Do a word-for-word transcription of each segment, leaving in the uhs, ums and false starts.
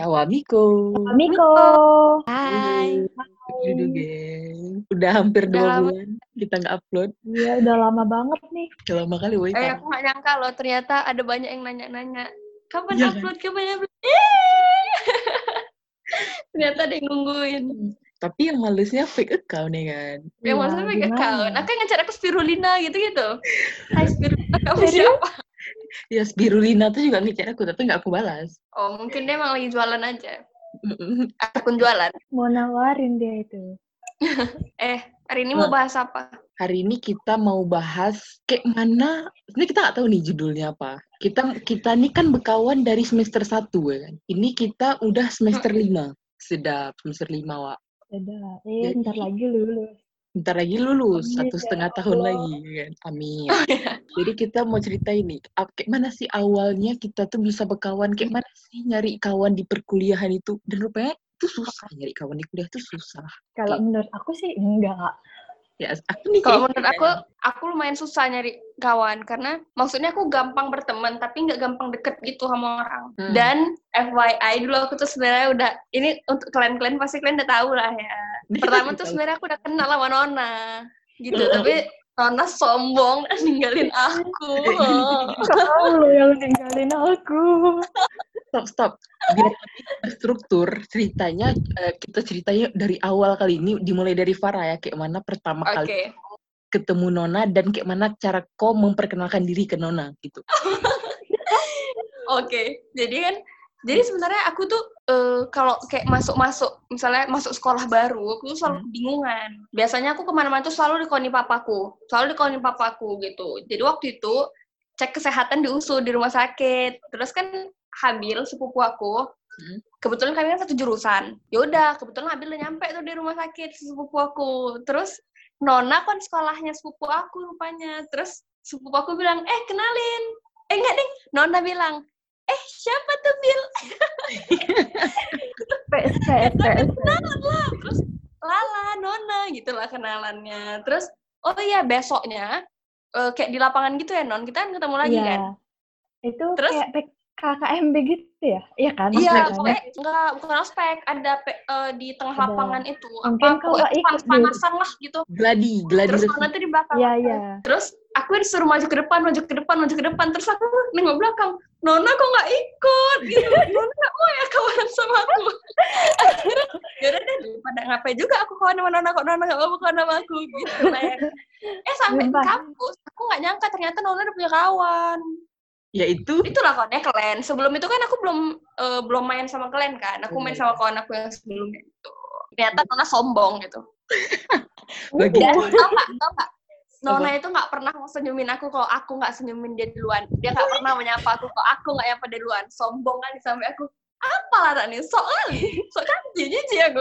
Awamiko. Miko. Hai. Dulu, geng. Udah hampir Udah dua lama. bulan kita nggak upload. Iya, udah lama banget nih. Udah lama kali, woy. Eh, aku nggak nyangka loh, ternyata ada banyak yang nanya-nanya. Kapan Iya, upload? Kapan upload? Eh! Ternyata ada yang nungguin. Tapi yang malesnya fake account ya kan. Yang Iya, maksudnya fake gimana? account. Aku yang ngejar aku Spirulina gitu-gitu. Hai Spirulina, kamu Serius? siapa? Ya Spirulina tuh juga ngejar aku, tapi nggak aku balas. Oh, mungkin dia emang lagi jualan aja. Akun jualan. Mau nawarin dia itu. Eh, hari ini mau bahas apa? Hari ini kita mau bahas kayak mana, sebenarnya kita nggak tahu nih judulnya apa. Kita kita nih kan berkawan dari semester satu ya kan. Ini kita udah semester lima. Sedap, semester lima, Wak. Udah, eh, Jadi- bentar lagi lulus. Bentar lagi lulus, Amin, satu ya setengah tahun Allah. lagi ya kan. Amin. Jadi kita mau cerita ini, ap- kayak mana sih awalnya kita tuh bisa berkawan, kayak mana sih nyari kawan di perkuliahan itu. Dan rupanya itu susah, nyari kawan di kuliah itu susah. Kalau Oke. menurut aku sih enggak. Ya, aku nih Kalau kayak menurut aku, aku lumayan susah nyari kawan. Karena maksudnya aku gampang berteman, tapi nggak gampang deket gitu sama orang. Hmm. Dan F Y I dulu aku tuh sebenarnya udah, ini untuk kalian-kalian pasti kalian udah tahu lah ya. Pertama tuh sebenarnya aku udah kenal sama Nona. Gitu, tapi Nona sombong dan ninggalin aku. Kamu yang ninggalin aku. stop stop. Biar lebih terstruktur ceritanya, eh, kita ceritanya dari awal kali ini, dimulai dari Farah ya, kayak mana pertama Oke. kali ketemu Nona dan kayak mana cara kau memperkenalkan diri ke Nona gitu. Oke, jadi kan, jadi sebenarnya aku tuh eh, kalau kayak masuk-masuk, misalnya masuk sekolah baru, aku tuh selalu kebingungan. Biasanya aku kemana-mana tuh selalu dikoni papaku, selalu dikoni papaku gitu. Jadi waktu itu cek kesehatan di U S U di rumah sakit, terus kan Habil sepupu aku, Hmm. kebetulan kami kan satu jurusan. Ya udah, kebetulan Habil udah nyampe tuh di rumah sakit sepupu aku. Terus Nona kan sekolahnya sepupu aku rupanya. Terus sepupu aku bilang, eh kenalin. Eh enggak deh, Nona bilang, eh siapa tuh Bil? P S P S P S. Kenalan lah. Terus Lala, Nona gitu lah kenalannya. Terus oh iya besoknya eh, kayak di lapangan gitu ya Non, kita kan ketemu lagi kan? Iya. Itu Terus? kayak P K K M B gitu ya? Iya kan? Iya, Maksudnya? pokoknya enggak bukan ospek, ada pe- eh, di tengah Ada. lapangan itu. Mungkin Apa kau pokoknya nggak ikut, panas-panasan lah gitu. Gladi, gladi Terus resmi. Nona tuh di belakang. Iya, iya. Terus aku disuruh maju ke depan, maju ke depan, maju ke depan. Terus aku nengok belakang. Nona kok nggak ikut? Gitu. Nona nggak mau ya kawan sama aku. Akhirnya, yaudah deh, daripada ngapain juga aku kawan sama Nona, kok Nona nggak mau kawan sama aku. Gitu, Len. Eh, sampai di Sumpah. kampus, aku nggak nyangka ternyata Nona udah punya kawan. Ya itu. Itulah kawannya Klen. Sebelum itu kan aku belum eh, belum main sama Klen kan. Aku Oh, main iya. sama kawan aku yang sebelumnya itu. Ternyata Nona sombong gitu. Bagi Dan tau nggak, tau nggak? Nona itu nggak pernah mau senyumin aku kalau aku nggak senyumin dia duluan. Dia nggak pernah menyapa aku kalau aku nggak nyapa dia duluan. Sombong kan sampai aku. Apalah tak nih? Sok kali. Sok kan jijik aku.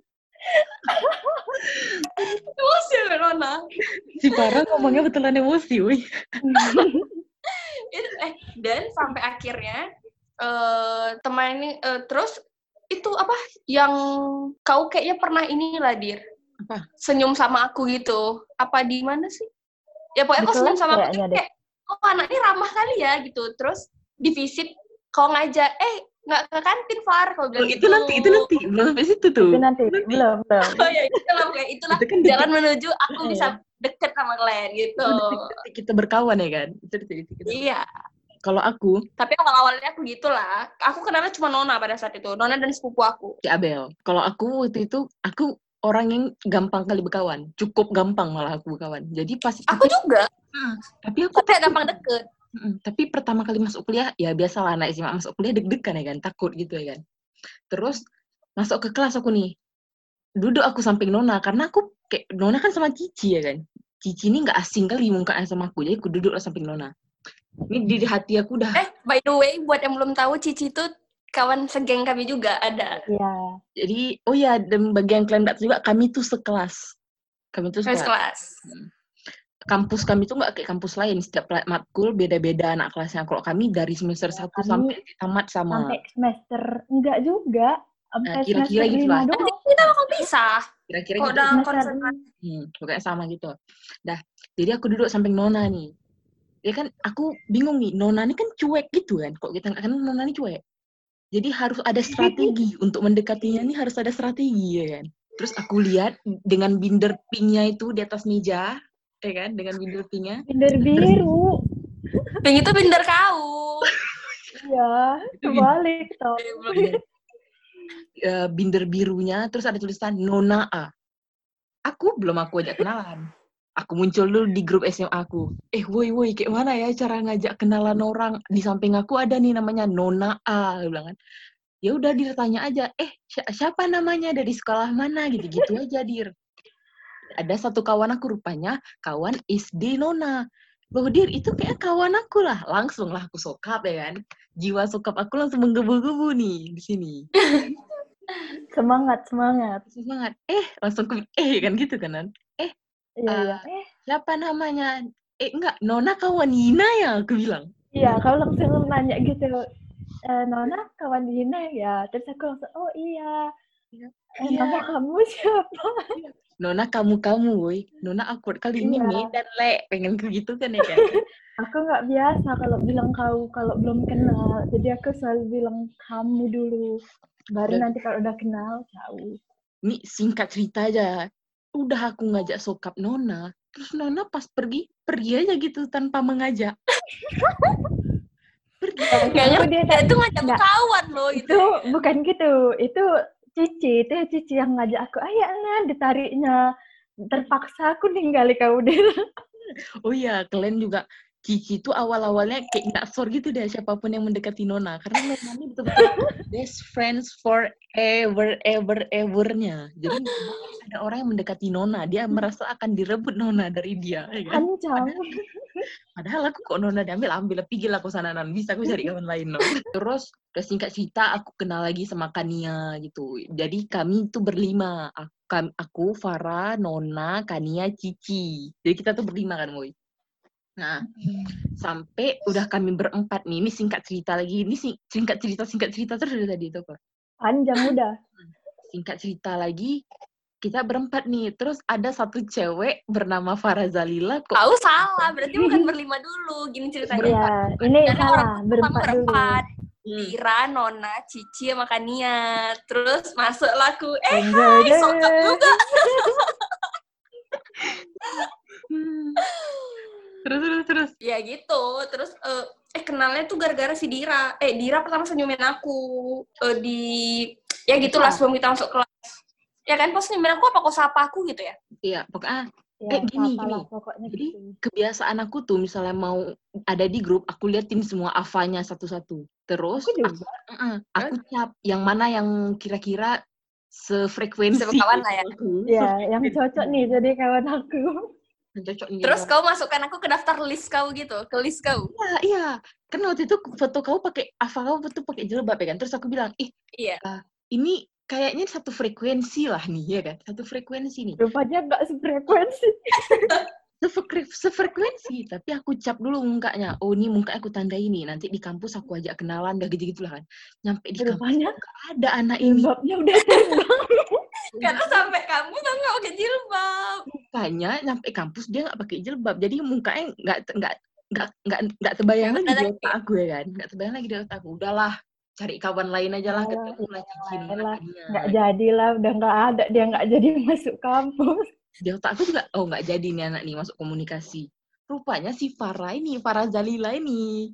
Emosi aku Nona. si Farah ngomongnya betulan emosi, woi. Itu, eh dan sampai akhirnya eh teman ini eh, terus itu apa yang kau kayaknya pernah inilah Dir. Apa? Senyum sama aku gitu. Apa di mana sih? Ya pokoknya Di kau senyum kelas sama aku kayaknya tuh deh. kayak oh anaknya ramah kali ya gitu. Terus di visit kau ngajak eh nggak ke kantin Far kau Oh, bilang itu gitu. nanti, itu nanti. Belum sampai situ tuh. Itu nanti. Belum, belum. Oh ya itulah kayak itulah Itu kan jalan detik- menuju aku Iya. bisa deket sama kalian gitu. Itu detik-detik kita berkawan ya kan. Itu detik-detik kita. Iya. Kalau aku, Tapi awal-awalnya aku gitulah. Aku kenalnya cuma Nona pada saat itu. Nona dan sepupu aku. si Abel. Kalau aku waktu itu, aku orang yang gampang kali berkawan. Cukup gampang malah aku berkawan. Jadi pas Aku juga. Hmm, tapi aku Tapi gak gampang deket. Mm, tapi pertama kali masuk kuliah, ya biasalah anak S M A masuk kuliah deg-degan ya kan, takut gitu ya kan. Terus masuk ke kelas aku nih, duduk aku samping Nona, karena aku kayak, Nona kan sama Cici ya kan. Cici ini nggak asing kali mukanya sama aku, jadi aku duduk lah samping Nona. Ini di hati aku udah, Eh, by the way, buat yang belum tahu, Cici itu kawan segeng kami juga ada. Iya. jadi, oh ya, dan bagi yang kalian nggak tahu juga, kami tuh sekelas. Kami tuh Kelas sekelas. kelas. Kampus kami tuh nggak kayak kampus lain, setiap pla- matkul beda-beda anak kelasnya. Kalau kami dari semester Ya, satu kami sampai tamat sama. Sampai semester enggak juga. Sampai Nah, kira-kira semester gitu lima lah. doang. Kita bakal pisah. Kira-kira Kok gitu. udah Semester konsentrasi. Hmm, pokoknya sama gitu. Dah, jadi aku duduk samping Nona nih. Ya kan, aku bingung nih, Nona ini kan cuek gitu kan. Kok kita nggak kenal Nona ini cuek. Jadi harus ada strategi untuk mendekatinya nih harus ada strategi ya kan. Terus aku lihat dengan binder pinknya itu di atas meja, ya kan, dengan binder pinknya. Binder biru. Pink itu binder kau. Iya, kebalik tau. Uh, binder birunya, terus ada tulisan Nona A. Aku belum aku ajak kenalan. Aku muncul dulu di grup S M A aku. Eh, woi woi, kayak mana ya cara ngajak kenalan orang? Di samping aku ada nih namanya Nona A, aku bilang kan. Ya udah Dir tanya aja, eh si- siapa namanya dari sekolah mana gitu-gitu aja Dir. Ada satu kawan aku rupanya kawan S D Nona. Loh Dir itu kayak kawan aku lah, langsung lah aku sokap ya kan. Jiwa sokap aku langsung menggebu-gebu nih di sini. Semangat, semangat. Semangat. Eh langsung ke eh kan gitu kan. Eh Iya, iya. uh, Eh, siapa namanya? Eh enggak, Nona kawan Nina ya aku bilang. iya, kau langsung nanya gitu. E, Nona, kawan Dina ya? Terus aku langsung, oh iya. Eh, Iya. nama kamu siapa? Nona kamu-kamu, woi. Nona awkward kali ini Iya. Medan, Le. Pengen gitu kan ya kan? Aku nggak biasa kalau bilang kau kalau belum kenal. Jadi aku selalu bilang kamu dulu. Baru Dan- nanti kalau udah kenal, tahu. Ini singkat cerita aja. Udah aku ngajak sokap Nona. Terus Nona pas pergi, pergi aja gitu tanpa mengajak. Pergi. Kayaknya Aku dia dia tak- itu ngajak nggak. kawan loh gitu. Itu bukan gitu. Itu Cici, itu Cici yang ngajak aku. Ayo, Nan, ditariknya. Terpaksa aku ninggalin kau deh. Oh iya, kalian juga Cici tuh awal-awalnya kayak nggak sore gitu deh siapapun yang mendekati Nona. Karena Nona ini betul-betul best friends forever, ever, ever-nya. Jadi ada orang yang mendekati Nona, dia merasa akan direbut Nona dari dia. Ya kan? Ancam. Padahal aku kok Nona diambil, ambil lah, pergi lah aku sana, non. Bisa aku cari kawan lain, non. Terus, udah singkat cerita, aku kenal lagi sama Kania, gitu. Jadi, kami tuh berlima. Aku, aku Farah, Nona, Kania, Cici. Jadi, kita tuh berlima kan, Boy. Nah, sampai udah kami berempat nih. Ini singkat cerita lagi. Ini sing, singkat cerita, singkat cerita terus dari tadi itu, kok. Panjang udah. Singkat cerita lagi, kita berempat nih. Terus ada satu cewek bernama Farah Zalila. Kok Kau salah, berarti bukan berlima dulu. Gini ceritanya. Iya, ini Jadi salah. orang pertama Berempat dulu. berempat. Hmm. Dira, Nona, Cici, sama Kania. Terus masuk laku, eh Enjoy hai, sokap juga. Hmm. Terus, terus, terus. Ya gitu, terus eh, eh kenalnya tuh gara-gara si Dira. Eh Dira pertama senyumin aku eh, di ya gitulah sebelum kita masuk kelas. Ya kan, pas senyumin aku apa kok sapa aku gitu ya? Iya, pokoknya Ya, eh gini, apalah gini. pokoknya Jadi gitu. kebiasaan aku tuh misalnya mau ada di grup, aku liatin semua avanya satu-satu. Terus Aku juga. aku, uh-uh, aku cap yang mana yang kira-kira sefrekuensi. Sekawan lah ya. Aku, Ya, sefrekuensi. yang cocok nih jadi kawan aku. Yang cocok nih. Terus ya. kau masukkan aku ke daftar list kau gitu, ke list kau. Iya, iya. Kan waktu itu foto kau pakai ava kau tuh pakai jilbab ya kan. Terus aku bilang, "Ih, Iya. uh, ini kayaknya satu frekuensi lah nih, ya kan? Satu frekuensi nih." Rupanya nggak sefrekuensi. Sefrekuensi, sefrekuensi, tapi aku cap dulu mukanya. Oh, ini muka aku tanda ini. Nanti di kampus aku ajak kenalan, udah gitu-gitu lah kan. Nyampe di kampus Rupanya nggak ada anak ini. jilbabnya udah terbang. Karena sampai kamu tuh nggak pakai jilbab. Mukanya nyampe kampus dia nggak pakai jilbab. Jadi mukanya nggak nggak nggak nggak nggak terbayang Nggak lagi di terbayang. otak aku ya kan. Nggak terbayang lagi di otak aku. Udahlah, cari kawan lain aja lah. Alah, Ketemu lah Cici. Lah, Nona, nggak jadilah, udah nggak ada, dia nggak jadi masuk kampus. di otak aku juga, oh nggak jadi nih anak nih masuk komunikasi. Rupanya si Farah ini, Farah Zalila ini.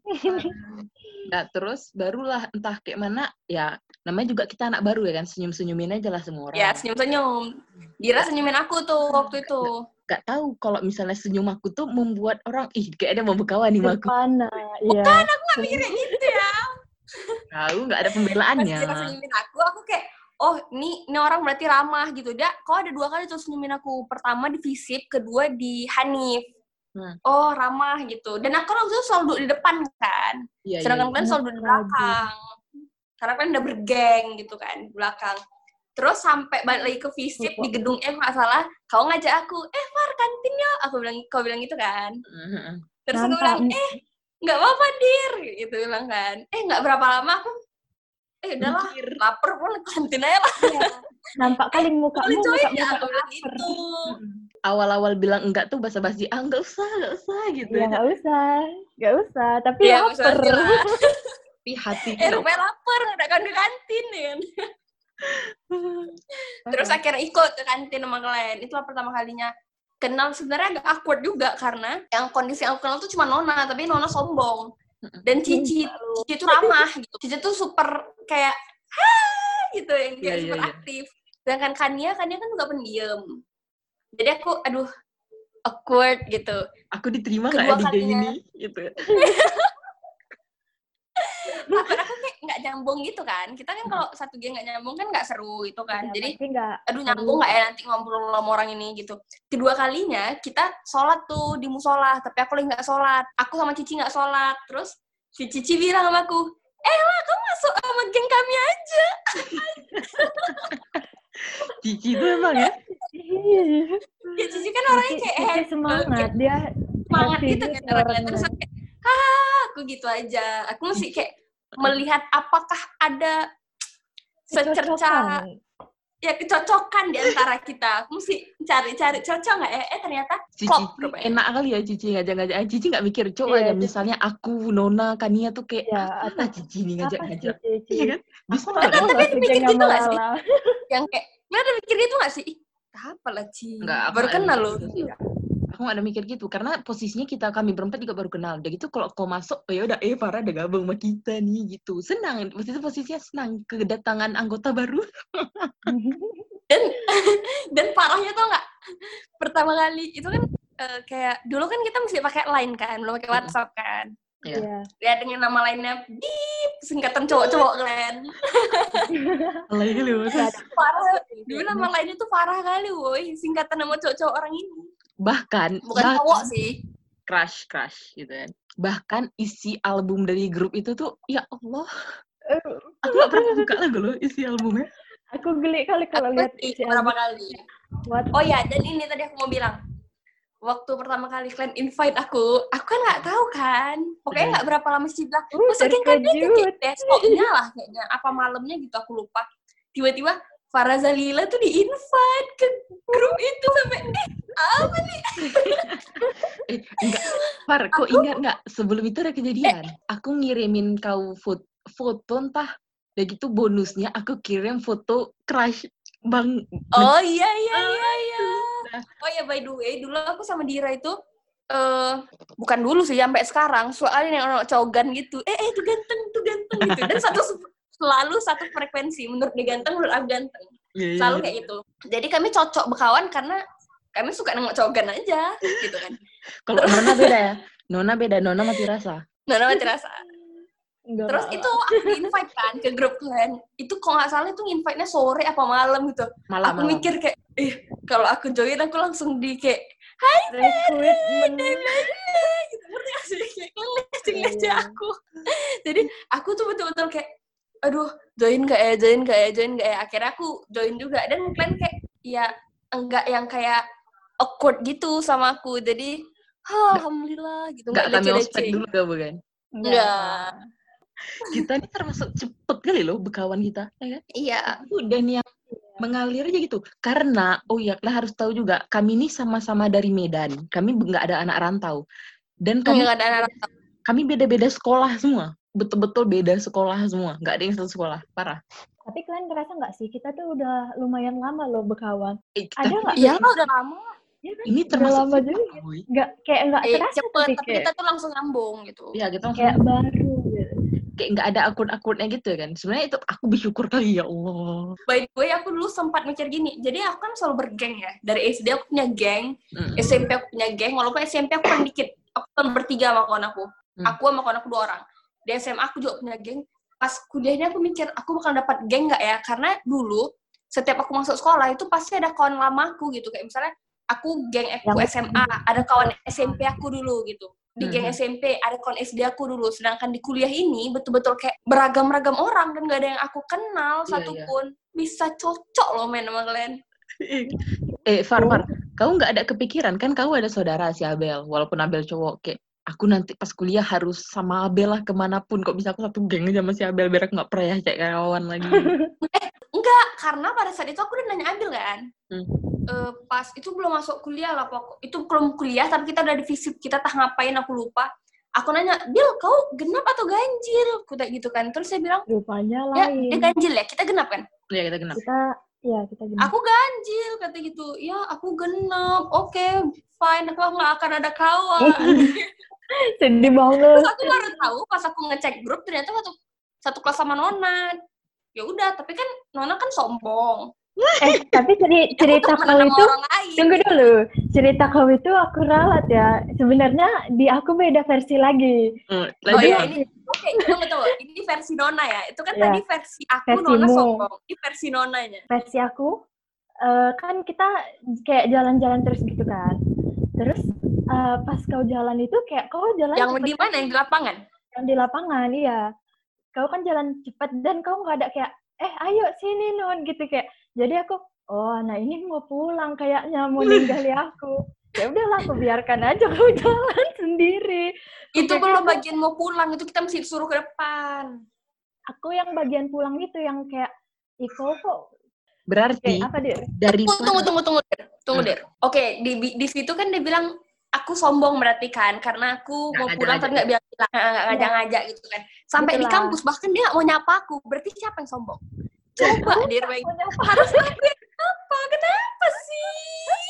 Nah, terus barulah entah kayak mana, ya namanya juga kita anak baru ya kan, senyum-senyumin aja lah semua orang. Ya senyum-senyum. Dira senyumin aku tuh waktu itu. Gak tahu kalau misalnya senyum aku tuh membuat orang, ih kayak ada mau berkawan nih sama aku. Kemana? Iya. Bukan, aku nggak mikirnya gitu ya. Tahu nggak ada Pas pembelaannya. Dira senyumin aku, aku kayak, oh ini ini orang berarti ramah gitu. Dia, kok ada dua kali tuh senyumin aku. Pertama di Visip, kedua di Hanif. Hmm. Oh ramah gitu. Dan aku waktu itu selalu duduk di depan kan. Iya, Sedangkan iya. kalian selalu duduk di belakang. Karena kalian udah bergeng gitu kan, di belakang. Terus sampai balik lagi ke Visip di gedung M nggak salah, kau ngajak aku, eh Far kantin ya. Aku bilang, kau bilang gitu kan. Mhm. Terus aku Nampak. bilang, eh nggak apa-apa Dir, gitu bilang kan. Eh nggak berapa lama aku, eh udahlah, Mikir. lapar pun kantin aja lah. Iya. Nampak kali mukamu, Boleh join muka ya, muka aku bilang gitu. Awal-awal bilang enggak tuh basa-basi, ah nggak usah, nggak usah gitu. Ya nggak usah, nggak usah. Tapi Iya, lapar. basa-basi lah. Tapi hati Eh, rupanya lapar, nggak kan ke kantin ya kan. Terus akhirnya ikut ke kantin sama kalian. Itulah pertama kalinya kenal. Sebenarnya agak awkward juga karena yang kondisi yang aku kenal tuh cuma Nona, tapi Nona sombong. Dan Cici, Cici tuh ramah gitu. Cici tuh super kayak ha gitu, yang kayak Iya, iya, super iya. aktif. Sedangkan Kania, Kania kan juga pendiam. Jadi aku, aduh, awkward gitu. Aku diterima Kedua nggak di geng kalinya. ini gitu. Awkward aku kayak nggak nyambung gitu kan. Kita kan kalau satu geng nggak nyambung kan nggak seru itu kan. Ya, Jadi pasti nggak aduh nyambung nggak ya nanti ngobrol sama orang ini gitu. Kedua kalinya kita sholat tuh di musola, tapi aku lagi nggak sholat. Aku sama Cici nggak sholat. Terus si Cici bilang sama aku, eh lah kamu masuk sama geng kami aja. Cici itu emang ya. Ya Cici kan orangnya Cici, kayak Cici happy, semangat, kayak dia semangat happy gitu gitu kan orangnya. orangnya. Terus aku kayak, ah aku gitu aja. Aku mesti kayak melihat apakah ada secerca Kecocokan. ya kecocokan di antara kita. Aku mesti cari-cari cocok nggak ya? Eh ternyata Cici klop rupanya. enak kali ya Cici ngajak-ngajak. Ah, Cici nggak mikir cowok Iya, aja. Cici. Misalnya aku, Nona, Kania tuh kayak Ya, apa atau Cici nih apa sih ngajak-ngajak. Cici? Iya kan? Bisa Aku nggak nggak kan? mau Tapi lah ada si mikir geng gitu sama nggak sih? Lala. Yang kayak, lo ada mikir gitu nggak sih? Ih, apa lah Ci? Nggak, aku Baru nggak ada kenal mikir lo. gitu sih. Aku nggak ada mikir gitu karena posisinya kita kami berempat juga baru kenal. Udah gitu kalau kau masuk, oh ya udah eh Farah udah gabung sama kita nih gitu. Senang. Waktu itu posisinya senang kedatangan anggota baru. Dan dan parahnya tuh nggak? Pertama kali itu kan eh, kayak dulu kan kita mesti pakai line kan, belum pakai WhatsApp kan. Iya. Iya. Ya dengan nama lainnya Bip, singkatan cowok-cowok kalian. Alay kali Nggak ada. Parah. Dulu nama lainnya tuh parah kali, woi. Singkatan nama cowok-cowok orang ini. Bahkan Bukan bahkan, cowok sih. crush crush gitu kan. Bahkan isi album dari grup itu tuh ya Allah. Aku gak pernah buka lagu loh isi albumnya. Aku geli kali kalau Aku lihat sih isi beberapa album. kali. What? Oh ya, dan ini tadi aku mau bilang. Waktu pertama kali kalian invite aku, aku kan nggak tahu kan. Pokoknya nggak berapa lama sih bilang, Uh, masukin kalian aja terkejut. kayak besoknya lah kayaknya. Apa malamnya gitu aku lupa. Tiba-tiba Farah Zalila tuh di-invite ke grup itu sampai, eh apa nih? Eh, enggak. Far, kok ingat nggak? Sebelum itu ada kejadian. Aku ngirimin kau foto, foto entah. Udah gitu bonusnya aku kirim foto crush Bang. Oh iya iya iya iya. Oh ya by the way, dulu aku sama Dira itu eh bukan dulu sih sampai sekarang soalnya yang orang cogan gitu. Eh eh tuh ganteng, tuh ganteng gitu. Dan satu selalu satu frekuensi. Menurut dia ganteng, menurut aku ganteng. Iya, iya, Selalu iya. kayak gitu. Jadi kami cocok berkawan karena kami suka nengok cogan aja gitu kan. Kalau Nona beda ya. Nona beda, Nona mati rasa. Nah, nama terasa. Enggak, Terus enggak, itu aku di-invite kan ke grup kalian. Itu kalau nggak salah itu invite-nya sore apa malam gitu. Malam, Aku malam. mikir kayak, eh kalau aku join aku langsung di kayak, hai recruitment. gitu. Ngerti gak sih? Kayak ngeliat-ngeliat aku. Jadi aku tuh betul-betul kayak, aduh join gak ya, join gak ya, join gak ya. Akhirnya aku join juga. Dan kalian kayak, ya enggak yang kayak awkward gitu sama aku. Jadi, oh, alhamdulillah gitu. Nggak kami leceh-leceh. ospek dulu gak bukan? Enggak. Kita ini termasuk cepet kali loh berkawan kita, ya kan? Iya. Itu dan yang mengalir aja gitu. Karena, oh iya, lah harus tahu juga, kami ini sama-sama dari Medan. Kami nggak ada anak rantau. Dan kami, Enggak ada anak. kami beda-beda sekolah semua. Betul-betul beda sekolah semua. Nggak ada yang satu sekolah. Parah. Tapi kalian ngerasa nggak sih kita tuh udah lumayan lama loh berkawan? Eh, Ada tapi nggak? Iya lah udah lama. Ya kan? ini Udah termasuk lama cepat, juga. Boy. Nggak kayak nggak Eh, terasa cepet, tapi tapi kayak kita tuh langsung nyambung gitu. Iya, kita langsung kayak baru. Gitu. kayak nggak ada akun-akunnya gitu kan. Sebenarnya itu aku bersyukur kali ya Allah. By the way, aku dulu sempat mikir gini. Jadi aku kan selalu bergeng ya. Dari S D aku punya geng, Mm. S M P aku punya geng. Walaupun S M P aku paling dikit. Aku kan bertiga sama kawan aku. Hmm. Aku sama kawan aku dua orang. Di S M A aku juga punya geng. Pas kuliahnya aku mikir, aku bakal dapat geng nggak ya? Karena dulu, setiap aku masuk sekolah itu pasti ada kawan lama aku gitu. Kayak misalnya, aku geng aku Yang- S M A, ada kawan S M P aku dulu gitu. Di geng Mhm. S M P, ada kawan S D aku dulu. Sedangkan di kuliah ini, betul-betul kayak beragam-ragam orang, dan nggak ada yang aku kenal Iya, satupun. Bisa cocok loh main sama kalian. Eh, Far, Far, kau nggak ada kepikiran kan kau ada saudara si Abel, walaupun Abel cowok, kayak aku nanti pas kuliah harus sama Abel lah kemanapun, kok bisa aku satu geng aja sama si Abel biar aku nggak pernah ya cek kawan lagi. Enggak, karena pada saat itu aku udah nanya Abil kan. Hmm. Eh, pas itu belum masuk kuliah lah pokok. Itu belum kuliah, tapi kita udah di visip, kita tah ngapain aku lupa. aku nanya, Bil, kau genap atau ganjil? Aku kayak gitu kan. Terus saya bilang, Rupanya ya lain. dia ganjil ya, kita genap kan? Iya, kita genap. Kita, ya kita genap. Aku ganjil, kata gitu. Ya, aku genap. Oke, okay, fine. Aku nggak akan ada kawan. Sedih banget. Terus aku baru tahu pas aku ngecek grup ternyata satu satu kelas sama Nona. Ya udah, tapi kan Nona kan sombong. Eh, tapi ceri- cerita kau itu, tunggu dulu. Cerita kau itu aku ralat ya. Sebenarnya di aku beda versi lagi. Hmm, oh iya, ini oke, okay, tunggu tunggu. Ini versi Nona ya. Itu kan ya. Tadi versi aku, Versimu. Nona sombong. Ini versi Nonanya. Versi aku, uh, kan kita kayak jalan-jalan terus gitu kan. Terus uh, pas kau jalan itu kayak kau jalan yang di mana? Yang di lapangan? Yang di lapangan, iya. Kau kan jalan cepat dan kau nggak ada kayak, eh ayo sini Non gitu kayak. Jadi aku, oh anak ini mau pulang kayaknya, mau ninggali aku. Ya udahlah, aku biarkan aja kau jalan sendiri. Itu kalau bagian mau pulang, itu kita mesti suruh ke depan. Aku yang bagian pulang itu, yang kayak, Iko kok. Berarti, kayak apa, Dir? Dari tunggu, tunggu, tunggu, tunggu, Dir. Tunggu, Dir. Hmm. Oke, okay, di, di situ kan dia bilang, aku sombong berarti kan, karena aku gak mau pulang tapi nggak bilang, nggak ngajak-ngajak gitu kan. Sampai Betul di kampus, bahkan dia nggak mau nyapa aku. Berarti siapa yang sombong? Coba Dir, harus aku yang apa? Kenapa sih?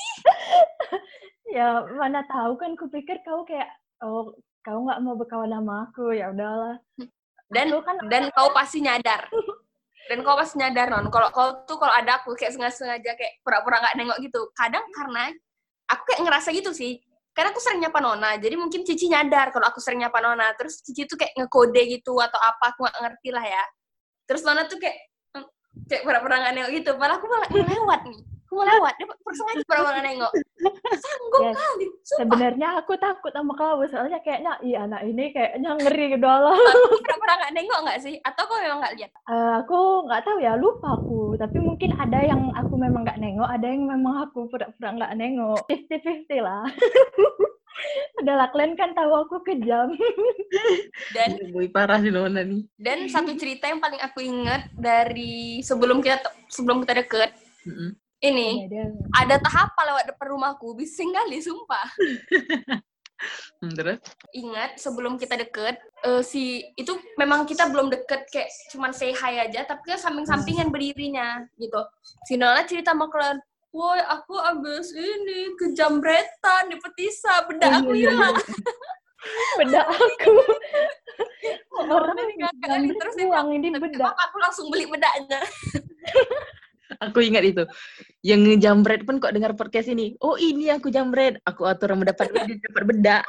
Ya mana tahu kan, kupikir kau kayak, oh kau nggak mau berkawan sama aku, ya udahlah. Dan kan, dan kau pasti nyadar. Dan kau pasti nyadar Non, kalau kau tuh kalau ada aku kayak sengaja-sengaja kayak pura-pura nggak nengok gitu. Kadang karena aku kayak ngerasa gitu sih. Karena aku sering nyapa Nona, jadi mungkin Cici nyadar kalau aku sering nyapa Nona. Terus Cici tuh kayak ngekode gitu atau apa, aku nggak ngerti lah ya. Terus Nona tuh kayak kayak pura-pura nggak nengok gitu. Malah aku malah lewat nih. Aku mau lewat, dia persengaja pura-pura nengok. Sanggup yes. kali, sumpah. Sebenarnya aku takut sama kau, soalnya kayaknya, iya anak ini kayaknya ngeri gitu Allah. Tapi pura-pura nggak nengok nggak sih? Atau kau memang nggak lihat? Uh, aku nggak tahu ya, lupa aku. Tapi mungkin ada yang aku memang nggak nengok, ada yang memang aku pura-pura nggak nengok. fifty-fifty lah. Udahlah, kalian kan tahu aku kejam. Dan Boy parah sih Nona nih. Dan satu cerita yang paling aku ingat dari sebelum kita sebelum kita deket. Mm-hmm. Ini, ya, ada tahap lewat depan rumahku, bising kali, sumpah. Terus? Ingat, sebelum kita deket, uh, si itu memang kita belum deket, kayak cuman say hi aja, tapi kita samping-sampingan berdirinya, gitu. Si Nona cerita sama kalian, woi, aku abis ini kejamretan di Petisa, bedak aku hilang. Bedak aku. Orang ini ngakak, terus dia bilang, ini bedak. Aku langsung beli bedaknya. Aku ingat itu. Yang ngejamret pun kok dengar podcast ini. Oh ini aku jamret. Aku atur yang mendapat duit dapat bedak.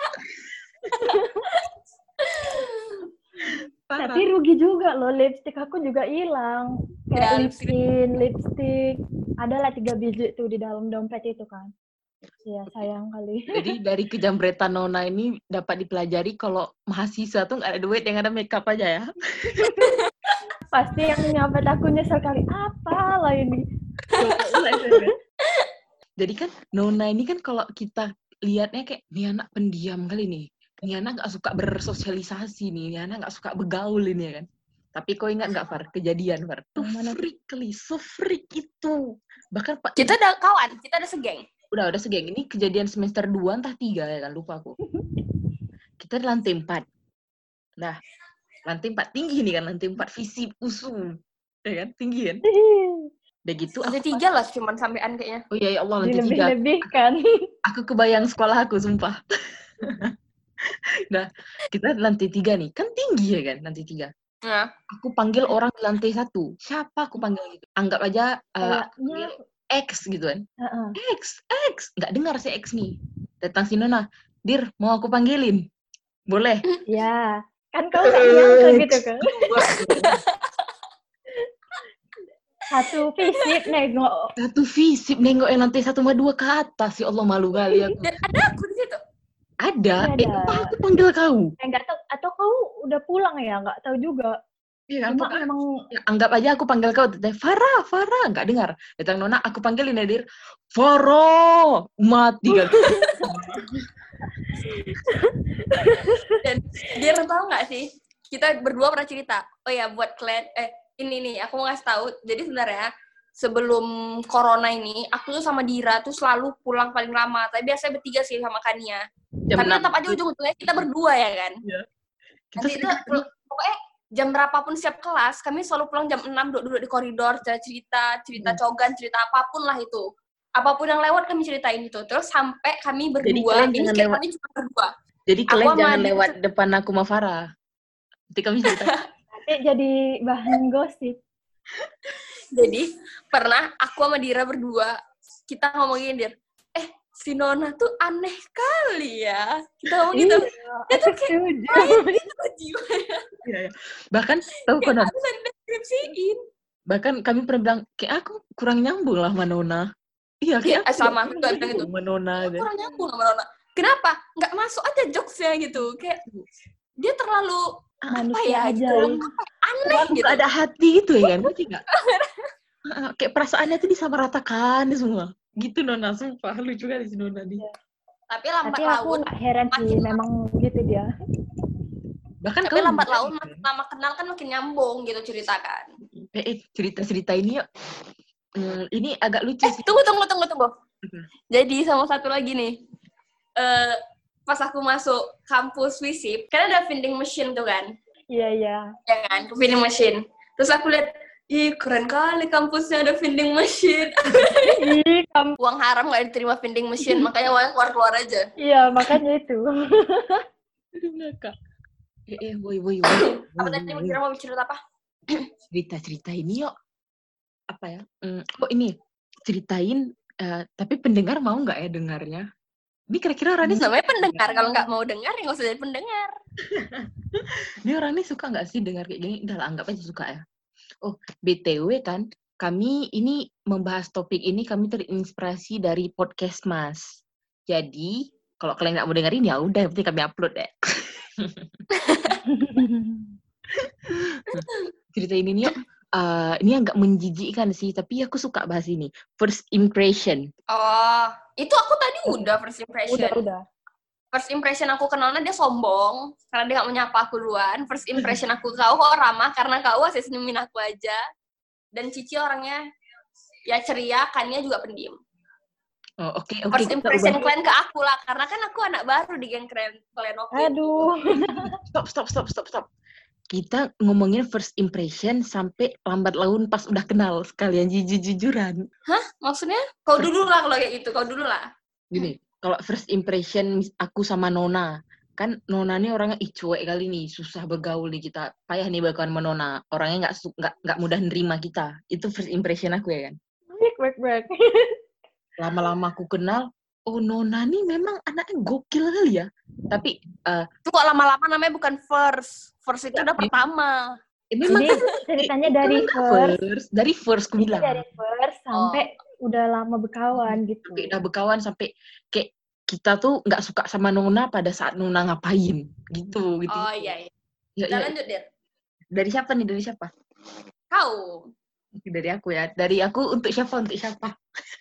Tapi rugi juga loh, lipstick aku juga hilang. Kayak lipstick, lipstick. Adalah tiga biji tuh di dalam dompet itu kan. Iya, sayang kali. Jadi dari kejamretan Nona ini dapat dipelajari kalau mahasiswa tuh nggak ada duit, yang ada makeup aja ya. Pasti yang nyampe aku nyesel kali, apa lah ini. Jadi kan Nona ini kan kalau kita lihatnya kayak, nih anak pendiam kali nih. Nih anak gak suka bersosialisasi nih. Nih anak gak suka bergaul ini ya kan. Tapi kau ingat gak Far? Kejadian Far. Itu freak kali, so freak itu. Bahkan Pak. Kita ada kawan, kita ada segeng. Udah, udah segeng. Ini kejadian semester dua entah tiga ya kan, lupa aku. Kita di lantai empat. Nah, lantai empat tinggi nih kan, lantai empat visi usum, ya kan, tinggi kan. Udah gitu. Lantai tiga lah, cuman sampean kayaknya. Oh iya ya Allah, lantai tiga. Lebih-lebihkan. Aku kebayang sekolah aku, sumpah. Nah, kita lantai tiga nih, kan tinggi ya kan, lantai tiga. Nah. Aku panggil orang di lantai satu. Siapa aku panggil gitu? Anggap aja uh, panggil X gitu kan. Uh-uh. X, X. Nggak dengar si X nih. Datang si Nona. Dir, mau aku panggilin? Boleh? Ya. Kan kau gak nyangka gitu kan. Satu visip nengok. Satu visip nengok yang lantai satu sama dua ke atas. Ya Allah, malu kali aku. Dan ada aku di situ? Ada. Ya, eh, apa aku panggil kau? Eh, nggak tahu. Atau kau udah pulang ya? Nggak tahu juga. Iya, Cuma emang... Ya, anggap aja aku panggil kau. Farah, Farah. Nggak dengar. Datang Nona, aku panggilin ya, Dir. Farah! Mati kan. Dan dia tahu nggak sih, kita berdua pernah cerita, oh ya buat kalian, eh ini nih aku mau ngasih tahu, jadi sebenarnya sebelum corona ini, aku tuh sama Dira tuh selalu pulang paling lama. Tapi biasanya bertiga sih sama Kania. Jam Karena enam. tetap aja ujung-ujungnya kita berdua ya kan. Iya. Kita Nanti itu sering pul- pokoknya jam berapapun siap kelas, kami selalu pulang jam enam, duduk-duduk di koridor, cerita, cerita Hmm. cogan, cerita apapun lah itu. Apapun yang lewat kami ceritain itu. Terus sampai kami Jadi berdua, kalian ini jangan kayak lewat. kami cuma berdua. Jadi Aku kalian sama jangan Dira lewat tuh- depan aku sama Farah. Nanti kami cerita. Nanti jadi bahan gosip. Jadi pernah aku sama Dira berdua, kita ngomongin Dir, eh si Nona tuh aneh kali ya. Kita ngomong gitu. Iya, Dia aku tuh kayak setuju. lain gitu loh jiwanya. Iya, iya. Bahkan tahu Kayak kan, nggak bisa dideskripsiin. bahkan kami pernah bilang kayak aku kurang nyambung lah sama Nona. Iya, Iya, kayak aku sama, kurang aku juga bilang nyambung gitu. sama Nona. Aku gitu. kurang nyambung sama Nona. Kenapa? Nggak masuk aja jokesnya gitu. Kayak dia terlalu apa Manusia ya? aja. Terlalu ya. apa, aneh Terlalu gitu. nggak ada hati gitu ya kan, ngerti nggak? Ah, kayak perasaannya tuh disamaratakan semua. Gitu Nona, sumpah lucu kali si Nona nih. Tapi lambat Tapi aku laun, nggak heran sih, makin- memang gitu dia. Bahkan tapi kau lambat juga laun gitu. makin lama kenal kan makin nyambung gitu ceritakan. Eh, eh, cerita-cerita ini yuk. Hmm, ini agak lucu Eh, sih. tunggu, tunggu, tunggu, tunggu. Mhm. Jadi sama satu lagi nih, eh pas aku masuk kampus Wisip, kan ada vending machine tuh kan, Iya, iya. ya kan, ke vending machine. Terus aku lihat, ih keren kali kampusnya ada vending machine. Ih, kamu. Uang haram nggak diterima vending machine, makanya uangnya keluar-keluar aja. Iya, makanya itu. Aduh, ngakak. Eh, eh, woi, woi, woi. Apa tadi Woi, kira mau cerita apa? cerita-cerita ini yuk. Apa ya? Hmm, oh ini, ceritain, eh, tapi pendengar mau nggak ya dengarnya? Ini kira-kira orang ini, Namanya pendengar, kalau nggak mau dengar ya nggak usah jadi pendengar. ini orang ini suka nggak sih dengar kayak gini? Udah lah, anggap aja suka ya. Oh, B T W kan, kami ini membahas topik ini, kami terinspirasi dari podcast Mas. Jadi, kalau kalian nggak mau dengerin, ya udah, berarti kami upload deh. Cerita ini nih, yuk. Uh, ini agak menjijikkan sih, tapi aku suka bahas ini. First impression. Oh, itu aku tadi udah first impression. Udah, udah. First impression aku kenalnya dia sombong, karena dia nggak menyapa aku duluan. First impression aku kau kok ramah, karena kau asli senyumin aku aja. Dan Cici orangnya ya ceria, Kania juga pendiam. Oh, oke, okay, oke. First Okay, impression kalian ke aku lah, karena kan aku anak baru di geng kalian, kalian oke. Aduh. Stop, stop, stop, stop, stop. Kita ngomongin first impression sampai lambat laun pas udah kenal, sekalian jujur-jujuran. Hah? Maksudnya? Kau dulu lah kalau kayak gitu, kau dulu lah. Gini, kalau first impression aku sama Nona, kan Nona nih orangnya ih cuek kali nih, susah bergaul nih kita, payah nih berkawan sama Nona, orangnya nggak nggak nggak mudah nerima kita. Itu first impression aku ya kan. Break, break, break. Lama-lama aku kenal, oh Nona nih memang anaknya gokil kali ya. Tapi uh, itu kok lama-lama namanya bukan first, first itu udah pertama. Ini memang Ini ceritanya dari first, first, dari first aku bilang. dari first sampai udah lama berkawan gitu. Sampai udah berkawan sampai kayak kita tuh nggak suka sama Nona pada saat Nona ngapain gitu gitu. Oh iya iya. Ya, Udah ya. lanjut, Dir. Dari siapa nih? Dari siapa? Kau. Dari aku ya. Dari aku untuk siapa? Untuk siapa?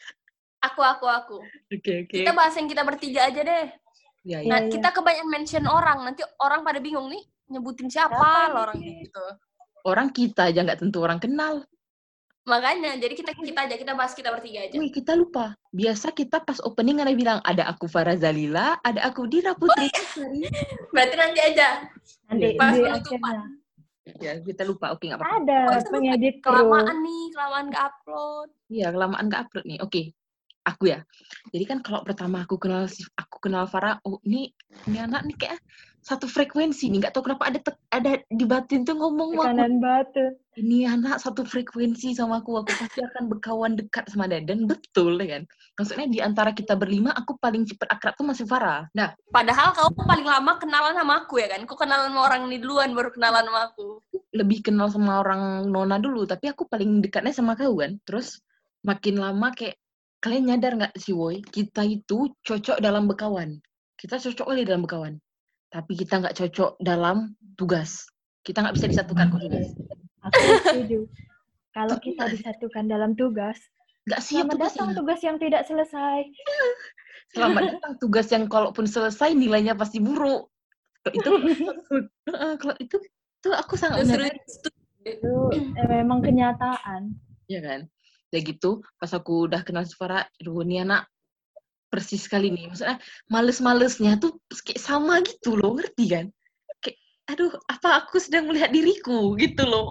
Aku, aku, aku. Oke, oke. Kita bahas yang kita bertiga aja deh. Ya, Nah, ya. Iya, kita kebanyakan mention orang. Nanti orang pada bingung nih, nyebutin siapa, Siapa lah orang nih? gitu. Orang kita aja nggak tentu orang kenal. Makanya, jadi kita kita aja, kita bahas kita bertiga aja. Wih, kita lupa. Biasa kita pas opening ada bilang, ada aku Farah Zalila, ada aku Dira Putri. Berarti nanti aja. Nanti Iya, pas di penutupan. akhirnya. Ya, kita lupa. Oke, nggak apa-apa. Ada Oh, pengedit pro. Kelamaan nih, kelamaan nggak upload. Iya, kelamaan nggak upload nih. Oke, aku ya. Jadi kan kalau pertama aku kenal si- aku kenal Farah, oh ini ini anak nih kayak satu frekuensi nih. Nggak tahu kenapa ada tek- ada di batin tuh ngomong sama aku. Tekanan batu. Ini anak satu frekuensi sama aku, aku pasti akan berkawan dekat sama dia. Dan betul ya kan. Maksudnya di antara kita berlima, aku paling cepat akrab tuh masih Farah. Nah, Padahal kau paling lama kenalan sama aku ya kan? Kau kenalan sama orang ini duluan, baru kenalan sama aku. lebih kenal sama orang Nona dulu, tapi aku paling dekatnya sama kau kan. Terus makin lama kayak, kalian nyadar nggak sih Woy, kita itu cocok dalam berkawan. Kita cocok kali dalam berkawan. Tapi kita nggak cocok dalam tugas. Kita nggak bisa disatukan kok tugas. Aku setuju. Kalau kita disatukan dalam tugas, Nggak siap selamat datang tugasnya. tugas yang tidak selesai. Selamat datang tugas yang kalaupun selesai nilainya pasti buruk. Kalau itu, eh, kalau itu, itu aku sangat Justru menyadari. itu. Itu eh, memang kenyataan. Ya kan? Udah gitu, pas aku udah kenal si Farah, aduh ini anak persis sekali nih. Maksudnya males-malesnya tuh kayak sama gitu loh, ngerti kan? Kayak, aduh, apa aku sedang melihat diriku gitu loh.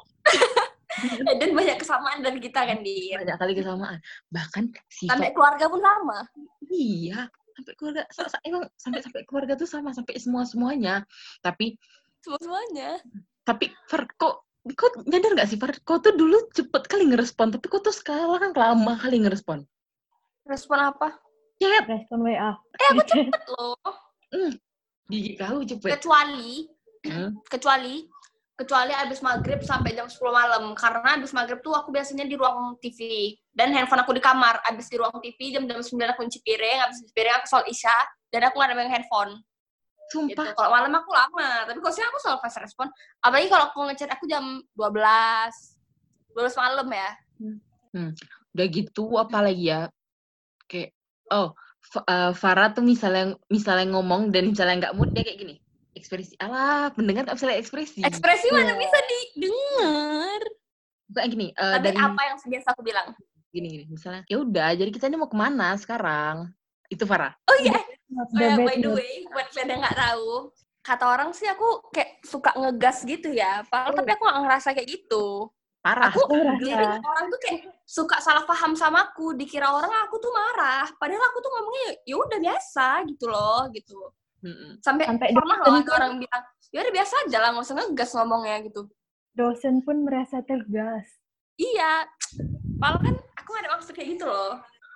Dan banyak kesamaan dari kita kan, Din. Banyak kali kesamaan. Bahkan si Sampai Fa- keluarga pun sama. iya, sampai keluarga, sa- sa- emang sampai sampai keluarga tuh sama, sampai semua semuanya. Tapi Semua-semuanya. tapi Far, kok kok nyadar nggak sih Far, kok tuh dulu cepet kali ngerespon, tapi kok tuh sekarang lama kali ngerespon. Respon apa? Ya, Respon W A. Eh, aku cepet loh. hmm, gigi kau cepet. Kecuali, Hmm. kecuali, kecuali abis maghrib sampai jam sepuluh malam. Karena abis maghrib tuh aku biasanya di ruang T V. Dan handphone aku di kamar. Abis di ruang T V, jam-jam sembilan aku nyuci piring. Abis nyuci piring aku sholat isya. Dan aku nggak ada megang handphone. Gitu. Sumpah. Kalau malam aku lama. Tapi kalau siang aku selalu fast respon. Apalagi kalau aku ngechat aku jam dua belas. dua belas malam ya. Hmm. Udah gitu apa lagi ya? Kayak oh, F- uh, Farah tuh misalnya misalnya ngomong dan misalnya nggak mood dia kayak gini. Ekspresi. Alah, pendengar nggak bisa lihat ekspresi. Ekspresi mana Iya. bisa didengar. Kayak gini, uh, Tapi dari apa yang biasa aku bilang? gini gini, misalnya ya udah, jadi kita ini mau kemana sekarang? Itu Farah. Oh iya, Not oh the ya, bad by the mood. way, buat kalian yang nggak tahu, kata orang sih aku kayak suka ngegas gitu ya. Padahal tapi aku nggak ngerasa kayak gitu. Parah. Aku Aku ngerasa. jadi orang tuh kayak suka salah paham sama aku, dikira orang aku tuh marah. Padahal aku tuh ngomongnya ya udah biasa gitu loh, gitu. Mm-mm. Sampai, Sampai pernah dosen loh ada pun- orang bilang, ya udah biasa aja lah, nggak usah ngegas ngomongnya gitu. Dosen pun merasa tegas. Iya, padahal kan aku gak ada maksud kayak gitu loh.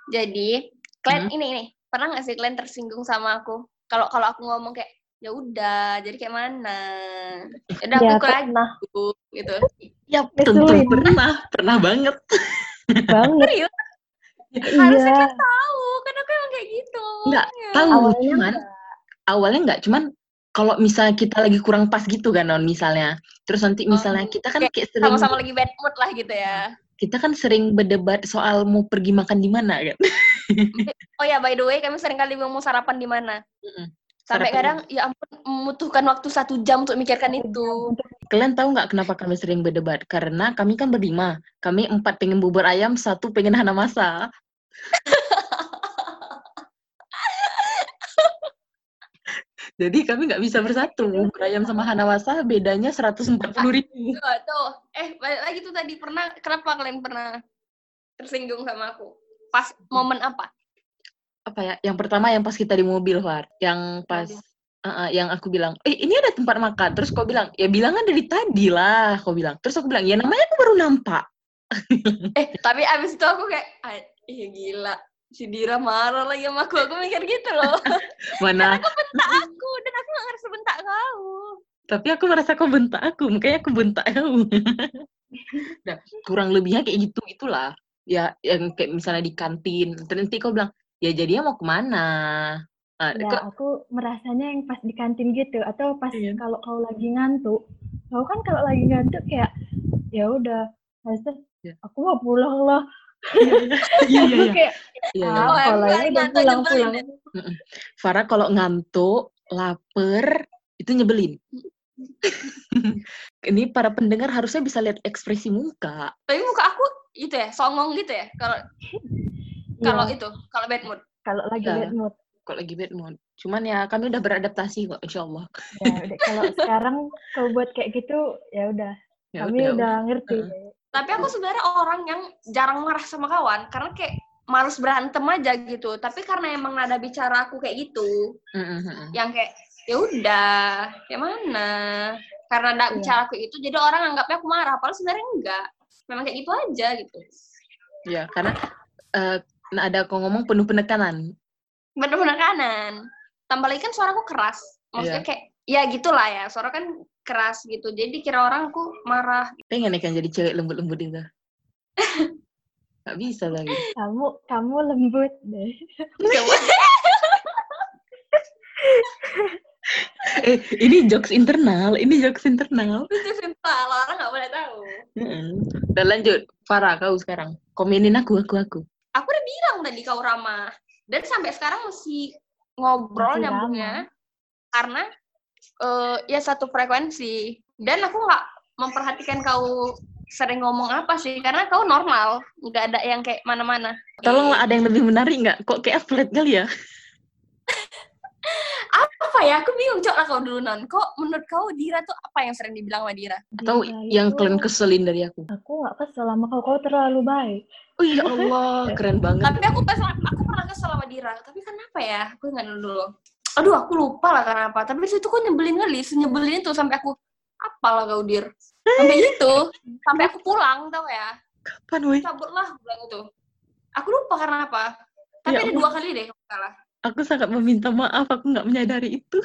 Jadi, kalian Hmm. ini nih, pernah nggak sih kalian tersinggung sama aku? Kalau kalau aku ngomong kayak ya udah, jadi kayak mana? Ya udah Ya, aku ikut aja pernah gitu. Ya, tentu Ngeselin. pernah, pernah banget. banget. Serius? Harusnya Iya. kan tahu, kan aku emang kayak gitu. Nggak ngomongnya. tahu, Awalnya cuman awalnya nggak, cuman kalau misalnya kita lagi kurang pas gitu kan non misalnya, terus nanti Oh, misalnya kita kan kayak kayak sering sama-sama lagi bad mood lah gitu ya. kita kan sering berdebat soal mau pergi makan di mana kan. Oh ya, by the way, kami sering kali mau sarapan di mana. Mm-mm. Sampai Sarapan. kadang, ya ampun, membutuhkan waktu satu jam untuk mikirkan itu. Kalian tahu nggak kenapa kami sering berdebat? Karena kami kan berlima. Kami empat pengen bubur ayam, satu pengen Hanamasa. Jadi kami nggak bisa bersatu. Bubur ayam sama Hanamasa bedanya seratus empat puluh ribu. Tuh, tuh. Eh, balik lagi tuh tadi. Pernah, kenapa kalian pernah tersinggung sama aku? Pas momen apa? Apa ya? Yang pertama yang pas kita di mobil, Far. Yang pas uh, uh, yang aku bilang, eh ini ada tempat makan. Terus kau bilang, ya bilang kan dari tadi lah. Kau bilang. Terus aku bilang, ya namanya aku baru nampak. Eh, tapi abis itu aku kayak, ah, iya gila. Si Dira marah lagi sama aku. Aku mikir gitu loh. Mana? Aku bentak aku. Dan aku gak ngerasa bentak kau. Tapi aku merasa kau bentak aku. Makanya aku bentak kau. Nah, kurang lebihnya kayak gitu itulah. Ya, yang kayak misalnya di kantin. Terus nanti kau bilang, ya jadinya mau kemana? Nah, Ya, kok, aku merasanya yang pas di kantin gitu, atau pas Iya. kalau kau lagi ngantuk. Kau kan kalau lagi ngantuk kayak, ya udah, Master, Ya. aku mau pulang lah. iya, iya, Aku iya. kayak, Iya, ah, iya. Oh, kalau emang ini udah ngantuk pulang-pulang. nyebelin Farah kalau ngantuk, lapar, itu nyebelin. Ini para pendengar harusnya bisa lihat ekspresi muka. Tapi muka aku itu ya, songong gitu ya. Kalau Iya, kalau itu, kalau bad mood. kalau lagi Iya. bad mood. Kalau lagi bad mood. Cuman ya kami udah beradaptasi kok, insya Allah. Ya, udah, kalau sekarang kau buat kayak gitu, ya udah, Ya kami udah, udah ngerti. Heeh. Tapi aku sebenarnya orang yang jarang marah sama kawan. Karena kayak males berantem aja gitu. Tapi karena emang nada bicara aku kayak gitu. Mm-mm. Yang kayak, ya udah, kayak mana? Karena nada Iya. bicara aku itu, jadi orang anggapnya aku marah. Padahal sebenarnya enggak. Memang kayak gitu aja gitu. Ya, karena eh, ada kau ngomong penuh penekanan. Bener-bener kanan. Tambah lagi kan suaraku keras. Maksudnya Iya. kayak, ya gitulah ya. Suara kan keras gitu. Jadi dikira orang aku marah. Pengen ya kan jadi cewek lembut-lembut itu. Gak bisa lagi. Kamu, kamu lembut deh. Eh, ini jokes internal. Ini jokes internal. Itu simpel. Orang nggak boleh tahu. Heeh. Dan lanjut, Farah, kau sekarang. Komenin aku, aku, aku. Aku udah bilang tadi kau ramah. Dan sampai sekarang masih ngobrol Masih nyambungnya. Karena uh, ya satu frekuensi. Dan aku nggak memperhatikan kau sering ngomong apa sih, karena kau normal, nggak ada yang kayak mana-mana. Tolonglah ada yang lebih menarik nggak? Kok kayak flat kali ya? Apa ya? Aku bingung, Cok lah kau dulu, Non. Kok menurut kau Dira tuh apa yang sering dibilang sama Dira? Atau Dira yang itu- kalian keselin dari aku? Aku nggak kesel sama kau, kau terlalu baik. Oh ya Allah, keren banget. Tapi aku pas aku pernah kesel sama Dira. Tapi kenapa ya? Aku ingat dulu. Aduh, aku lupa lah kenapa. Tapi itu kok nyebelin kali, senyebelin itu sampai aku apalah kau Dir. Sampai itu, sampai aku pulang, tau ya. Kapan, woi? Cabutlah bilang itu. Aku lupa karena apa. Tapi Ya ada Allah. dua kali deh kalau salah. Aku sangat meminta maaf, aku nggak menyadari itu.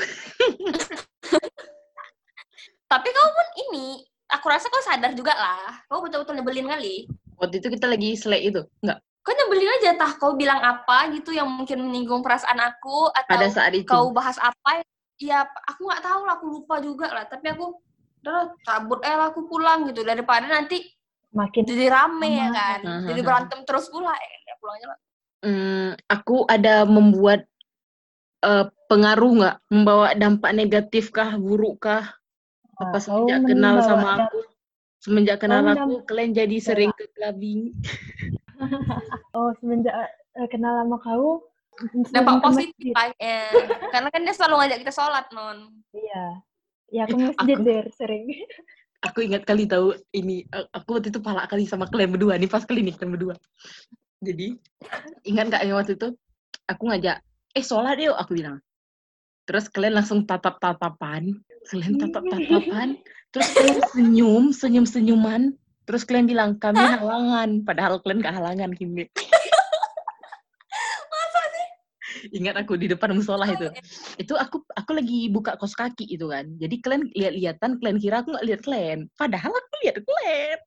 Tapi kau pun ini, aku rasa kau sadar juga lah. Kau betul-betul nyebelin kali. Waktu itu kita lagi selek itu, nggak? Kau nyebelin aja, tah kau bilang apa gitu yang mungkin menyinggung perasaan aku, atau Pada saat itu. kau bahas apa, ya aku nggak tahu lah, aku lupa juga lah. Tapi aku, udah cabut eh lah, aku pulang gitu. Daripada nanti Makin jadi rame ya Sama. kan. Aha. Jadi berantem terus pula, ya pulang aja lah. Hmm, aku ada membuat uh, pengaruh nggak? Membawa dampak negatif kah, buruk kah? Apa Nah, semenjak kau kenal membawa sama dam- aku? Semenjak kenal Kau aku, mendam- kalian jadi sering ke clubbing. Oh, semenjak eh, kenal sama kau, Dampak sering ke positif masjid. lah. Ya. Karena kan dia selalu ngajak kita sholat, Non. Iya. Ya, ke Eh, masjid aku- Der, sering. Aku ingat kali tahu ini, uh, aku waktu itu palak kali sama kalian berdua, nih pas kali nih kalian berdua. Jadi, ingat nggak yang waktu itu, aku ngajak, eh sholat yuk, aku bilang. Terus kalian langsung tatap-tatapan, kalian tatap-tatapan, terus kalian senyum, senyum-senyuman, terus kalian bilang, kami halangan, padahal kalian gak halangan, gini. Ingat aku di depan musola itu. Itu aku aku lagi buka kaos kaki itu kan. Jadi kalian lihat-lihatan, kalian kira aku nggak lihat kalian. Padahal aku lihat kalian.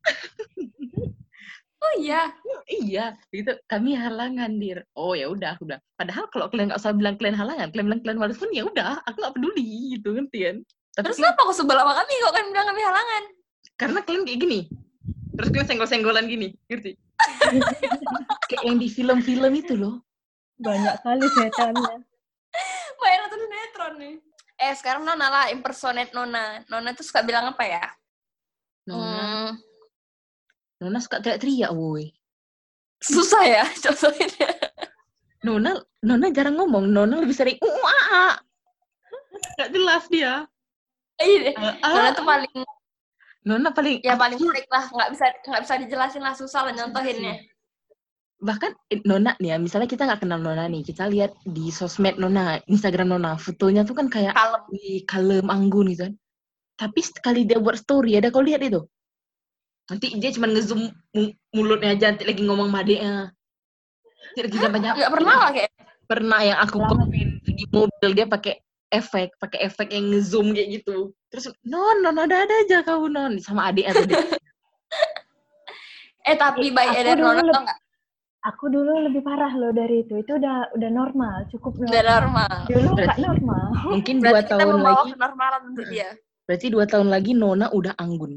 Oh iya. Iya, gitu. Kami halangan, Dir. Oh ya udah, aku bilang. Padahal kalau kalian nggak usah bilang kalian halangan, kalian bilang kalian walaupun ya udah, aku nggak peduli gitu, ngerti kan? Tapi Terus kalian- kenapa aku sebel sama kami kok kan bilang kami halangan? karena kalian kayak gini. Terus kalian senggol-senggolan gini, ngerti? Kayak yang di film-film itu loh. Banyak kali setannya. Main nonton sinetron nih. Eh, sekarang Nona lah, impersonate Nona. Nona tuh suka bilang apa ya? Nona, Hmm, Nona suka teriak-teriak, woi. susah ya, contohin. Nona, Nona jarang ngomong. Nona lebih sering uh Gak jelas dia. Iya, Uh, Nona tuh paling, Nona paling ya paling absurd. freak lah. Nggak bisa, nggak bisa dijelasin lah, susah lah nyontohinnya. Bahkan eh, Nona nih ya, misalnya kita nggak kenal Nona nih, kita lihat di sosmed Nona, Instagram Nona, fotonya tuh kan kayak Kalem. wih, kalem, anggun gitu kan. Tapi sekali dia buat story, ada kau lihat itu? Nanti dia cuma ngezoom mu- mulutnya aja, nanti lagi ngomong sama adeknya. Nanti lagi banyak. Nggak pernah lah kayak. Pernah yang aku Lama. komen di mobil dia pakai efek, pakai efek yang ngezoom kayak gitu. Terus non, non ada ada aja kau non sama adeknya tadi. Eh, tapi baik Aku dari dulu Nona lebih- tau nggak? Aku dulu lebih parah loh dari itu. Itu udah udah normal, cukup normal. Udah normal. Dulu nggak Berarti- normal. Mungkin dua Berarti kita tahun membawa lagi, kenormalan untuk dia. berarti dua tahun lagi Nona udah anggun.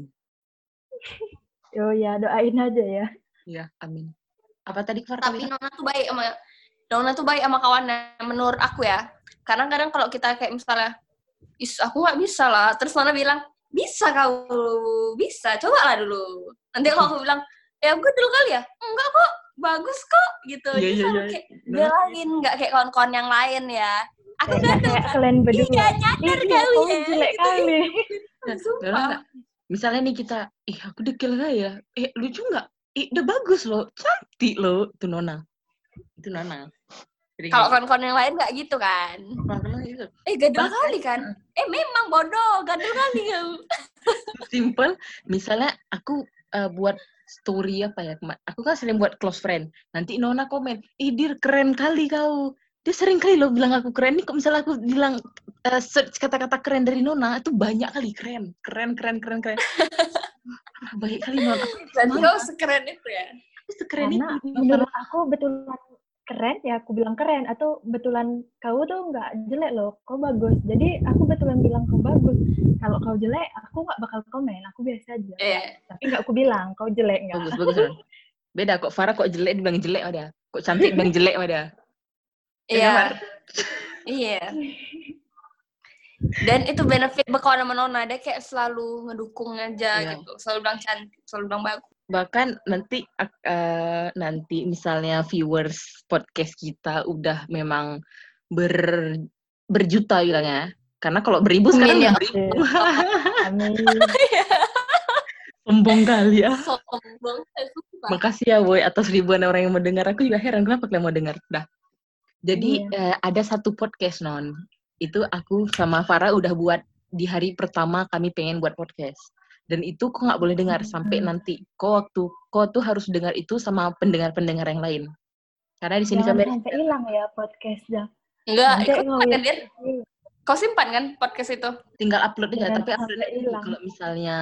Oh ya, doain aja ya. Ya, amin. Apa tadi Far? Tapi Nona tuh baik sama Nona tuh baik sama kawannya menurut aku ya. Kadang-kadang kalau kita kayak misalnya, is aku nggak bisa lah. Terus Nona bilang, bisa kau, bisa, coba lah dulu. Nanti kalau aku bilang, ya gue dulu kali ya, enggak kok, bagus kok, gitu. Iya, Dia iya, selalu iya. kayak Nah. belain, nggak kayak kawan-kawan yang lain ya. Aku Kayak, gandel kayak kan? kalian Ih, berdua. nggak nyadar Ih, kali kamu ya. jelek Gitu. kali. Nah, Sumpah. Nona nggak? Misalnya nih kita, ih aku dekil gak ya? Eh lucu nggak? Ih udah bagus loh, cantik loh. Itu Nona. Itu Nona. Jadi Kalau kayak- kawan-kawan yang lain nggak gitu kan. Kalau itu Eh, gandel Bahkan- kali kan. Eh, memang bodoh, gandel kali kau. simple. Misalnya aku uh, buat story apa ya? kema- Aku kan sering buat close friend. Nanti Nona komen, ih Dir keren kali kau. Dia sering kali loh bilang aku keren. Nih kok misalnya aku bilang uh, search kata-kata keren dari Nona, itu banyak kali keren. Keren, keren, keren, keren. Baik kali Nona. Aku Berarti semangat. kau sekeren itu ya. Aku sekeren Karena itu. menurut aku betulan keren ya aku bilang keren, atau betulan kau tuh nggak jelek loh, kau bagus. Jadi aku betulan bilang kau bagus. Kalau kau jelek, aku nggak bakal komen, aku biasa aja. Eh, Tapi nggak aku bilang kau jelek nggak. Bagus, bagus. Ron. Beda kok Farah kok jelek dibilang jelek sama dia. Kok cantik dibilang jelek sama dia. Ya kan, iya. Far? Iya. Dan itu benefit berkawan sama Nona, dia kayak selalu ngedukung aja Iya. gitu, selalu bilang cantik, selalu bilang bagus. Bahkan nanti uh, nanti misalnya viewers podcast kita udah memang ber berjuta bilangnya. Karena kalau beribu sekarang Amin, udah ya. beribu. Amin. Sombong kali ya. Sombong, saya suka. Makasih ya Boy atas ribuan orang yang mau dengar. Aku juga heran kenapa kalian mau dengar. Dah. Jadi Iya. uh, ada satu podcast non. Itu aku sama Farah udah buat di hari pertama kami pengen buat podcast. Dan itu kok nggak boleh dengar sampai nanti. Kok waktu kok tuh harus dengar itu sama pendengar-pendengar yang lain. Karena di sini Jangan kami sampai hilang ya podcastnya. Enggak, Nanti kau kalau simpan kan, ya- Dir? Kau simpan kan podcast itu? tinggal upload aja. Jangan Tapi sampai uploadnya dulu hilang. kalau misalnya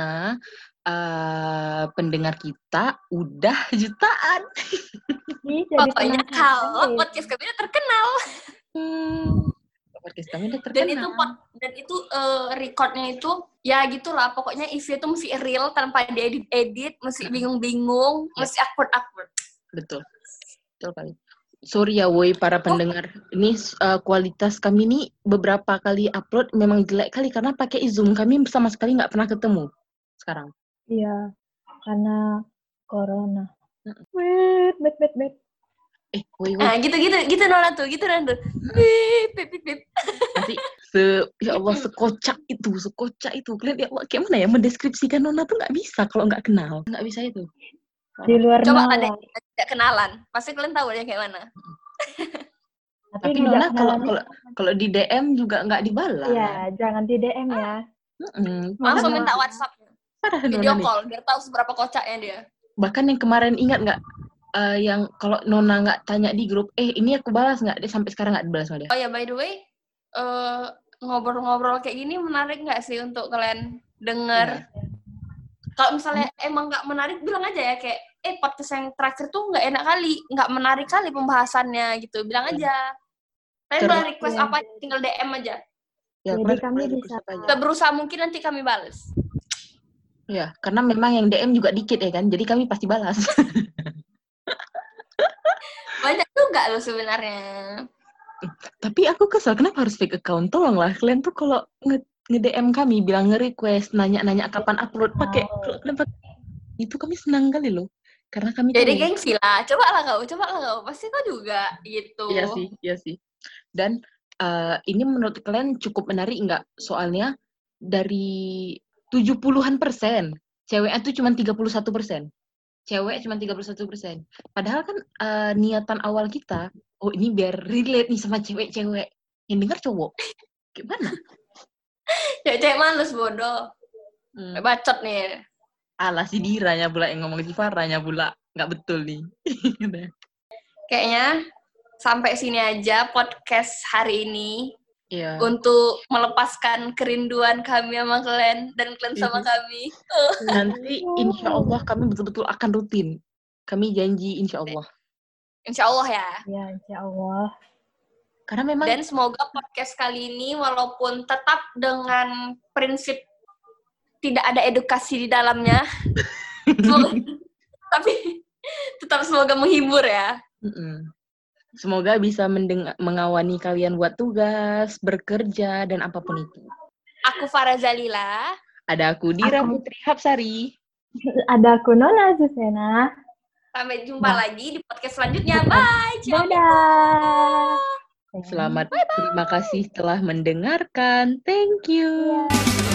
uh, pendengar kita udah jutaan. Ih, jadi Pokoknya penasaran kalau deh. podcast kami udah terkenal. Hmm. Podcast kami udah Dan terkenal. itu pod, dan itu uh, recordnya itu ya gitulah. Pokoknya isi itu mesti real tanpa diedit-edit, mesti bingung-bingung, Ya. mesti awkward-awkward. Betul. Betul kali. Sorry ya woi para pendengar. Ini uh, kualitas kami nih beberapa kali upload memang jelek kali karena pakai Zoom. Kami sama sekali nggak pernah ketemu sekarang. Iya, karena corona. Wait, wait, wait, wait. Eh, woi woi. Nah, gitu-gitu, gitu Nona tuh, gitu Nona tuh. Bip, bip, bip, bip. Nanti se ya Allah sekocak itu, sekocak itu. Kalian ya Allah, kayak mana ya mendeskripsikan Nona tuh nggak bisa kalau nggak kenal. Nggak bisa itu. Di luar Coba nalar. ada tidak kenalan, pasti kalian tahu dia kayak mana. Tapi, Tapi ngajak Nona kalau kenalan- kalau kalau di D M juga nggak dibalas. Iya, jangan di D M ya. Mm-mm. Langsung Sama- minta WhatsApp, Parah video Nona nih. call, biar tahu seberapa kocaknya dia. Bahkan yang kemarin ingat nggak uh, yang kalau Nona nggak tanya di grup, eh ini aku balas nggak? Dia sampai sekarang nggak dibalas sama dia. Oh ya, by the way, uh, ngobrol-ngobrol kayak gini menarik nggak sih untuk kalian denger? Iya. Kalau misalnya emang nggak menarik, bilang aja ya kayak, eh podcast yang terakhir tuh nggak enak kali, nggak menarik kali pembahasannya gitu, bilang Iya. aja. Kalian Terus- boleh request Iya. apa, tinggal D M aja. Ya, Jadi kalian kami boleh bisa- request apa aja. Kita berusaha mungkin nanti kami balas. Ya, karena memang yang D M juga dikit ya kan, jadi kami pasti balas. Banyak juga loh sebenarnya. Tapi aku kesel, kenapa harus fake account? Tolonglah, kalian tuh kalau nge- nge-D M kami, bilang nge-request, nanya-nanya kapan upload, pakai, kalau kalian pakai, itu kami senang kali loh. Karena kami Jadi tahu. gengsi lah, coba lah kau, coba lah kau, pasti kau juga gitu. Iya sih, iya sih. Dan uh, ini menurut kalian cukup menarik nggak? Soalnya dari tujuh puluhan persen, ceweknya tuh cuma tiga puluh satu persen. Cewek cuma tiga puluh satu persen. Padahal kan uh, niatan awal kita, oh ini biar relate nih sama cewek-cewek. Yang dengar cowok. Gimana? Cewek-cewek males bodoh. Hmm. Bacot nih. Alah si Diranya pula yang ngomong, si Farahnya pula. Nggak betul nih. Kayaknya sampai sini aja podcast hari ini. Iya. Untuk melepaskan kerinduan kami sama kalian dan kalian sama Mhm. kami. Nanti insya Allah kami betul-betul akan rutin. Kami janji insya Allah. Insya Allah ya. Ya, insya Allah. Karena memang Dan semoga podcast kali ini walaupun tetap dengan prinsip tidak ada edukasi di dalamnya, semoga, tapi tetap semoga menghibur ya. Mm-mm. Semoga bisa mendeng- mengawani kalian buat tugas, bekerja, dan apapun itu. Aku Farah Zalila. Ada aku Dira Aku- Putri Hapsari. Ada aku Nona Susena. Sampai jumpa Nah. lagi di podcast selanjutnya. Bye. Ciao. Dadah. Selamat, terima kasih telah mendengarkan. Thank you. Iya.